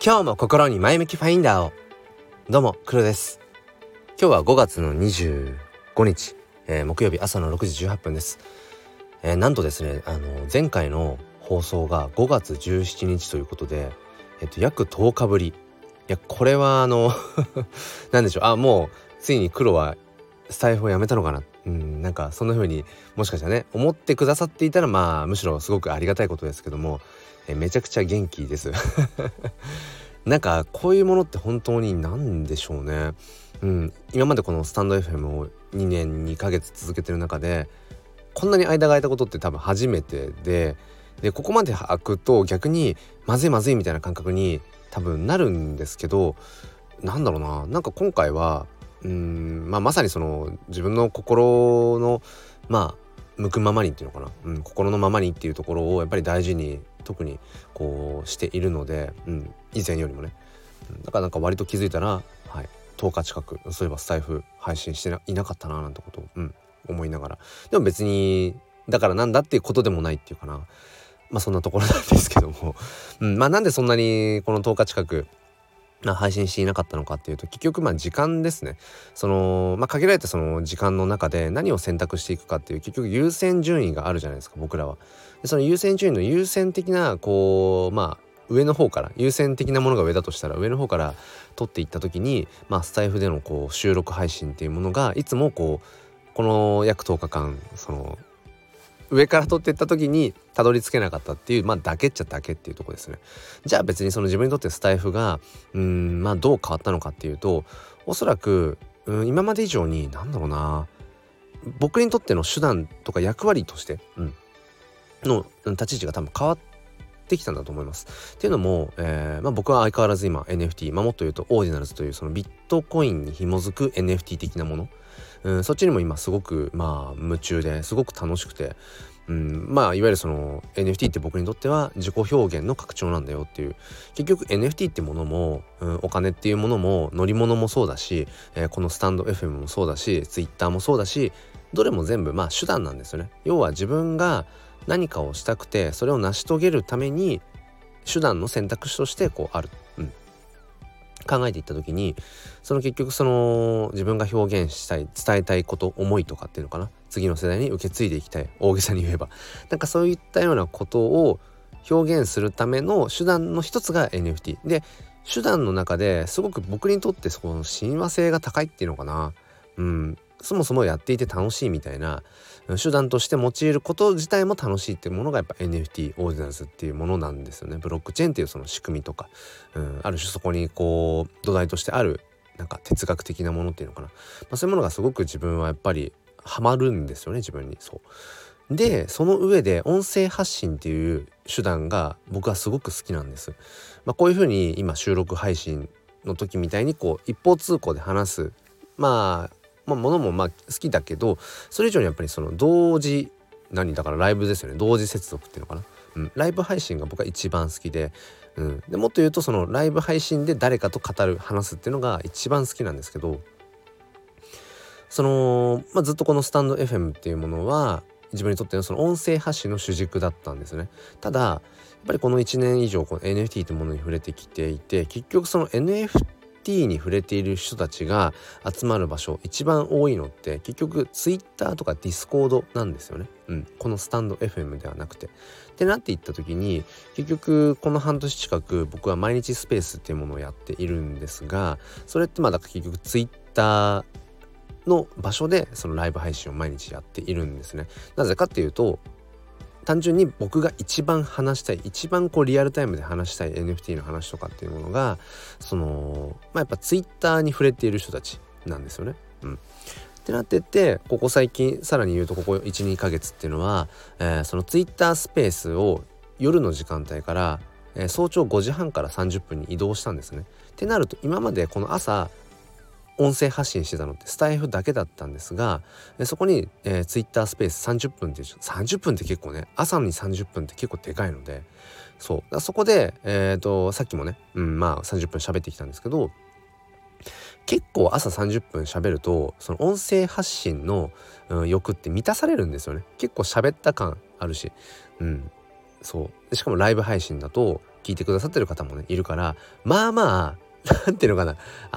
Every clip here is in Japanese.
今日も心に前向きファインダーを。どうも黒です。今日は5月の25日、木曜日朝の6時18分です。なんとですね、前回の放送が5月17日ということで、約10日ぶり。いやこれはなんでしょう、もうついに黒はスタイフをやめたのかな、なんかそんな風にもしかしたらね思ってくださっていたら、むしろすごくありがたいことですけども、めちゃくちゃ元気ですなんかこういうものって本当に何でしょうね。今までこのスタンド FM を2年2ヶ月続けてる中でこんなに間が空いたことって多分初めてで、ここまで空くと逆にまずいみたいな感覚に多分なるんですけど、なんだろうな、なんか今回はまさにその自分の心の向くままにっていうのかな、心のままにっていうところをやっぱり大事に特にこうしているので、以前よりもね、だからなんか割と気づいたら、10日近くそういえばスタイフ配信していなかったななんてことを、思いながら、でも別にだからなんだっていうことでもないっていうかな、そんなところなんですけども、なんでそんなにこの10日近く配信していなかったのかっていうと、結局時間ですね。限られたその時間の中で何を選択していくかっていう結局優先順位があるじゃないですか、僕らは。でその優先順位の優先的な上の方から優先的なものが上だとしたら上の方から取っていった時に、スタイフでの収録配信っていうものがいつもこの約10日間上から取っていった時にたどり着けなかったっていう、だけっちゃだけっていうところですね。じゃあ別にその自分にとってスタイフがどう変わったのかっていうと、おそらく今まで以上に僕にとっての手段とか役割として、の立ち位置が多分変わってきたんだと思います。っていうのも、僕は相変わらず今 NFT、もっと言うとオーディナルズというそのビットコインに紐づく NFT 的なもの、そっちにも今すごく夢中ですごく楽しくて、いわゆるその NFT って僕にとっては自己表現の拡張なんだよっていう、結局 NFT ってものも、お金っていうものも乗り物もそうだし、このスタンド FM もそうだし Twitter もそうだし、どれも全部手段なんですよね。要は自分が何かをしたくてそれを成し遂げるために手段の選択肢としてある、考えていった時に、その結局その自分が表現したい伝えたいこと思いとかっていうのかな、次の世代に受け継いでいきたい、大げさに言えばなんかそういったようなことを表現するための手段の一つが NFT で、手段の中ですごく僕にとってその親和性が高いっていうのかな、そもそもやっていて楽しいみたいな手段として用いること自体も楽しいっていうものがやっぱ NFT オーディナルズっていうものなんですよね。ブロックチェーンっていうその仕組みとか、ある種そこに土台としてあるなんか哲学的なものっていうのかな、そういうものがすごく自分はやっぱりハマるんですよね、自分に。そうで、その上で音声発信っていう手段が僕はすごく好きなんです。こういうふうに今収録配信の時みたいに一方通行で話すものも好きだけど、それ以上にやっぱりその同時だからライブですよね、同時接続っていうのかな、ライブ配信が僕は一番好きで、でもっと言うとそのライブ配信で誰かと話すっていうのが一番好きなんですけど、ずっとこのスタンド FM っていうものは自分にとってのその音声発信の主軸だったんですね。ただやっぱりこの1年以上この NFT というものに触れてきていて、結局その NFT に触れている人たちが集まる場所一番多いのって結局 Twitter とか Discord なんですよね、このスタンド FM ではなくて。ってなっていった時に、結局この半年近く僕は毎日スペースっていうものをやっているんですが、それってだから結局 Twitterの場所でそのライブ配信を毎日やっているんですね。なぜかっていうと、単純に僕が一番話したい、一番リアルタイムで話したい NFT の話とかっていうものがやっぱツイッターに触れている人たちなんですよね。ってなってって、ここ最近さらに言うとここ 1,2 ヶ月っていうのは、そのツイッタースペースを夜の時間帯から、早朝5時半から30分に移動したんですね。ってなると、今までこの朝音声発信してたのってスタイフだけだったんですが、そこに、ツイッタースペース30分って30分って結構ね、朝に30分って結構でかいので、そこで、さっきもね、30分喋ってきたんですけど、結構朝30分喋るとその音声発信の、欲って満たされるんですよね。結構喋った感あるし、しかもライブ配信だと聞いてくださってる方もねいるから、まあまあなんていうのかな、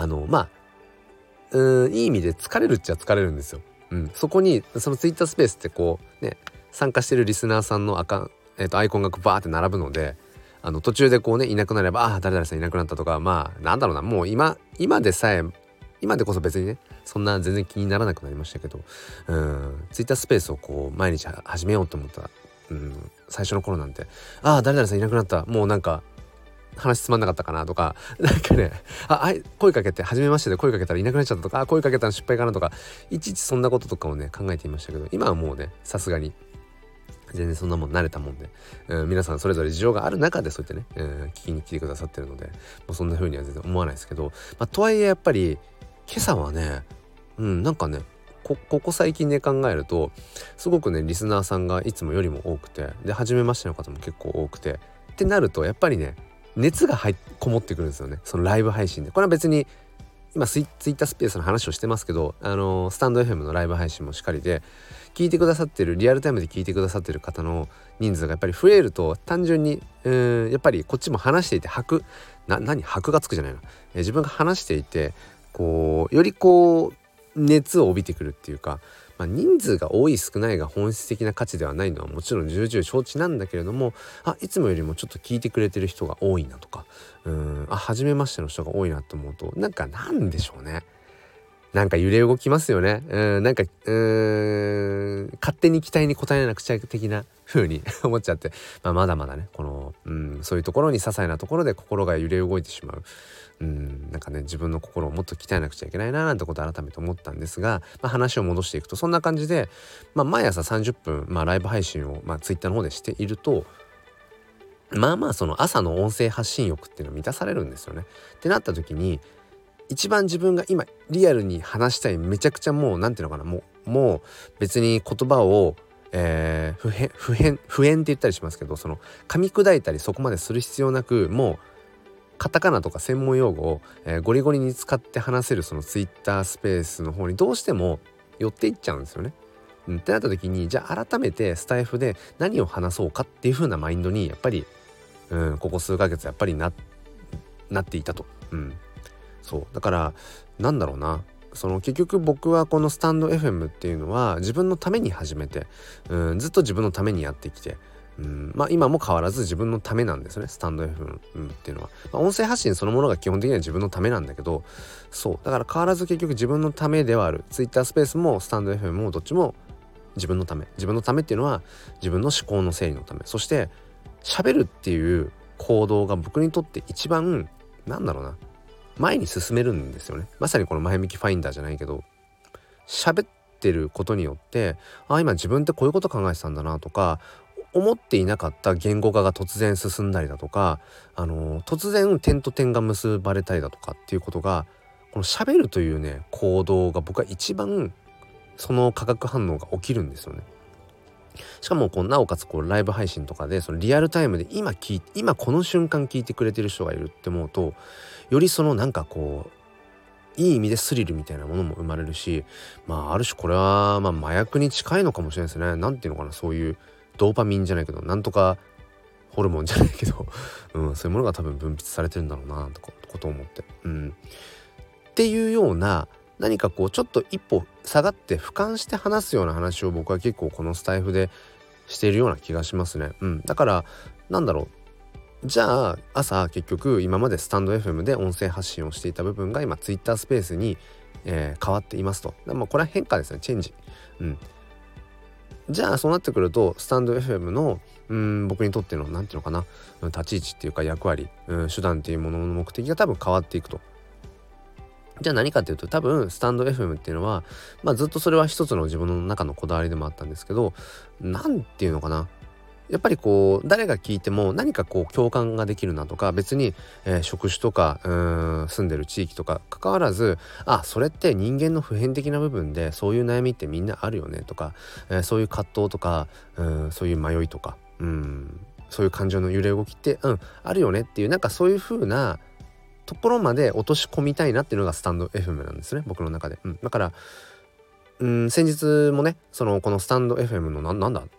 いい意味で疲れるっちゃ疲れるんですよ。そこにそのツイッタースペースってこうね、参加してるリスナーさんのアイコンがバーって並ぶので、途中でこうねいなくなれば、誰々さんいなくなったとか、なんだろうな、もう今でこそ別にねそんな全然気にならなくなりましたけど、ツイッタースペースをこう毎日始めようと思った、最初の頃なんて、誰々さんいなくなった、もうなんか話つまんなかったかなとか、なんかね声かけて初めましてで声かけたらいなくなっちゃったとか、声かけたの失敗かなとか、いちいちそんなこととかをね考えていましたけど、今はもうねさすがに全然そんなもん慣れたもんで、皆さんそれぞれ事情がある中でそうやってね、聞きに来てくださってるので、もうそんな風には全然思わないですけど、とはいえやっぱり今朝はね、なんかねここ最近で考えるとすごくねリスナーさんがいつもよりも多くて、で初めましての方も結構多くてってなると、やっぱりね熱がこもってくるんですよね、そのライブ配信で。これは別に今ツイッタースペースの話をしてますけど、スタンド FM のライブ配信もしっかりで、聞いてくださってるリアルタイムで聞いてくださってる方の人数がやっぱり増えると、単純にやっぱりこっちも話していて箔がつくじゃないな、自分が話していてこうよりこう熱を帯びてくるっていうか、人数が多い少ないが本質的な価値ではないのはもちろん重々承知なんだけれども、いつもよりもちょっと聞いてくれてる人が多いなとか、初めましての人が多いなと思うと、なんでしょうね、なんか揺れ動きますよね。勝手に期待に応えなくちゃ的な風に思っちゃって、まだまだねこの、そういうところに些細なところで心が揺れ動いてしまう。なんかね自分の心をもっと鍛えなくちゃいけないななんてことを改めて思ったんですが、話を戻していくとそんな感じで、毎朝30分、ライブ配信を、ツイッターの方でしていると、その朝の音声発信欲っていうのを満たされるんですよね。ってなった時に一番自分が今リアルに話したい、めちゃくちゃもうなんていうのかな、もう別に言葉を、普遍って言ったりしますけど、その噛み砕いたりそこまでする必要なく、もうカタカナとか専門用語を、ゴリゴリに使って話せるそのツイッタースペースの方にどうしても寄っていっちゃうんですよね。ってなった時に、じゃあ改めてスタイフで何を話そうかっていう風なマインドにやっぱり、ここ数ヶ月やっぱりなっていたと。そうだからなんだろうな、その結局僕はこのスタンド FM っていうのは自分のために始めて、ずっと自分のためにやってきて、今も変わらず自分のためなんですね、スタンド FM っていうのは。音声発信そのものが基本的には自分のためなんだけど、そうだから変わらず結局自分のためではある。ツイッタースペースもスタンド FM もどっちも自分のためっていうのは自分の思考の整理のため、そして喋るっていう行動が僕にとって一番なんだろうな、前に進めるんですよね。まさにこの前向きファインダーじゃないけど、喋ってることによって今自分ってこういうこと考えてたんだなとか、思っていなかった言語化が突然進んだりだとか、突然点と点が結ばれたりだとかっていうことが、この喋るというね行動が僕は一番その化学反応が起きるんですよね。しかもなおかつライブ配信とかでそのリアルタイムで今この瞬間聞いてくれてる人がいるって思うと、よりそのなんかいい意味でスリルみたいなものも生まれるし、ある種これは麻薬に近いのかもしれないですね。なんていうのかな、そういうドーパミンじゃないけど、なんとかホルモンじゃないけど、そういうものが多分分泌されてるんだろうなとかことを思って、っていうような、何かちょっと一歩下がって俯瞰して話すような話を僕は結構このスタイフでしているような気がしますね。だからなんだろう、じゃあ朝結局今までスタンド FM で音声発信をしていた部分が今ツイッタースペースに、変わっていますと。これは変化ですね、チェンジ。じゃあそうなってくるとスタンド FM の僕にとってのなんていうのかな、立ち位置っていうか役割、手段っていうものの目的が多分変わっていくと。じゃあ何かっていうと、多分スタンド FM っていうのは、ずっとそれは一つの自分の中のこだわりでもあったんですけど、なんていうのかな、やっぱり誰が聞いても何か共感ができるなとか、別に、職種とか住んでる地域とか関わらず、それって人間の普遍的な部分でそういう悩みってみんなあるよねとか、そういう葛藤とか、そういう迷いとか、そういう感情の揺れ動きってあるよねっていう、なんかそういう風なところまで落とし込みたいなっていうのがスタンド FM なんですね、僕の中で。だから先日もね、このスタンド FM のなんだ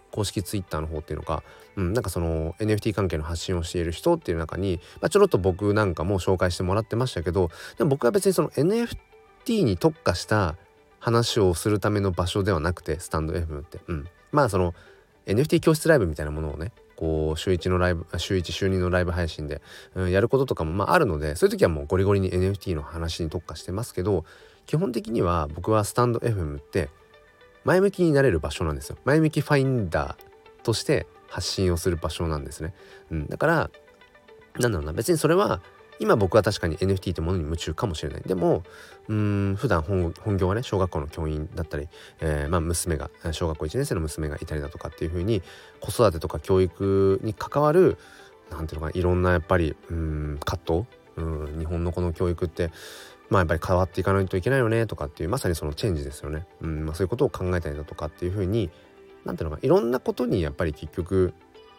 公式ツイッターの方っていうのか、なんかその NFT 関係の発信をしている人っていう中に、ちょろっと僕なんかも紹介してもらってましたけど、でも僕は別にその NFT に特化した話をするための場所ではなくて、スタンド FM って、その NFT 教室ライブみたいなものをね、こう週1週2のライブ配信で、やることとかもあるので、そういう時はもうゴリゴリに NFT の話に特化してますけど、基本的には僕はスタンド FM って前向きになれる場所なんですよ。前向きファインダーとして発信をする場所なんですね。だからなんだろうな、別にそれは今僕は確かに NFT ってものに夢中かもしれない。でも普段本業はね、小学校の教員だったり、娘が小学校1年生の娘がいたりだとかっていう風に、子育てとか教育に関わるなんていうのかな、いろんなやっぱり葛藤、日本のこの教育ってやっぱり変わっていかないといけないよねとかっていう、まさにそのチェンジですよね。そういうことを考えたりだとかっていう風に、なんていうのかな、いろんなことにやっぱり結局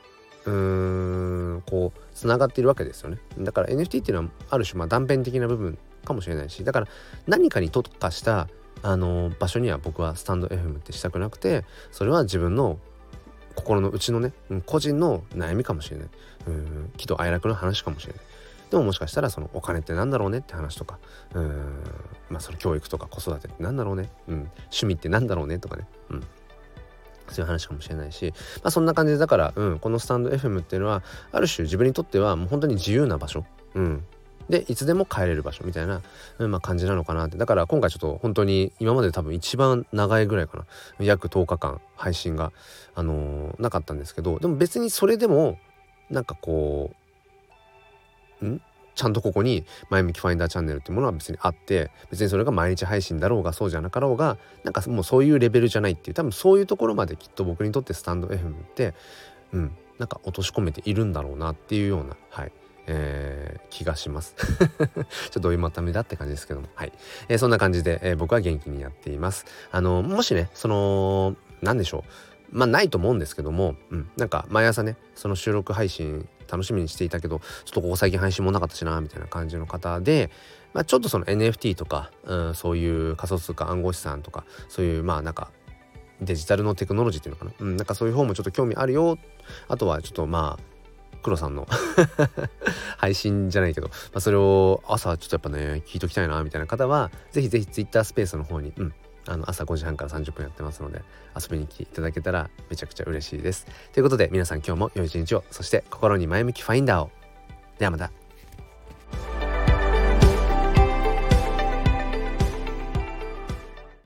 こうつながっているわけですよね。だから NFT っていうのはある種断片的な部分かもしれないし、だから何かに特化した場所には僕はスタンド FM ってしたくなくて、それは自分の心の内のね、個人の悩みかもしれない、喜怒哀楽の話かもしれない。でももしかしたらそのお金ってなんだろうねって話とか、その教育とか子育てってなんだろうね、趣味ってなんだろうねとかね、そういう話かもしれないし、そんな感じで、だから、このスタンド FM っていうのはある種自分にとってはもう本当に自由な場所、でいつでも帰れる場所みたいな、感じなのかなって。だから今回ちょっと本当に今まで多分一番長いぐらいかな、約10日間配信がなかったんですけど、でも別にそれでもなんかこうちゃんとここに前向きファインダーチャンネルっていうものは別にあって、別にそれが毎日配信だろうがそうじゃなかろうが、なんかもうそういうレベルじゃないっていう、多分そういうところまできっと僕にとってスタンド FM ってなんか落とし込めているんだろうなっていうような、気がしますちょっとどういうまとめだって感じですけども、そんな感じで、僕は元気にやっています。もしね、そのなんでしょう、ないと思うんですけども、なんか毎朝ね、その収録配信楽しみにしていたけど、ちょっとここ最近配信もなかったしなみたいな感じの方で、ちょっとその NFT とか、そういう仮想通貨暗号資産とか、そういうなんかデジタルのテクノロジーっていうのかな、なんかそういう方もちょっと興味あるよ。あとはちょっと黒さんの配信じゃないけど、それを朝ちょっとやっぱね聞いときたいなみたいな方は、ぜひぜひ Twitter スペースの方に朝5時半から30分やってますので、遊びに来ていただけたらめちゃくちゃ嬉しいです。ということで皆さん、今日も良い一日を、そして心に前向きファインダーを。ではまた。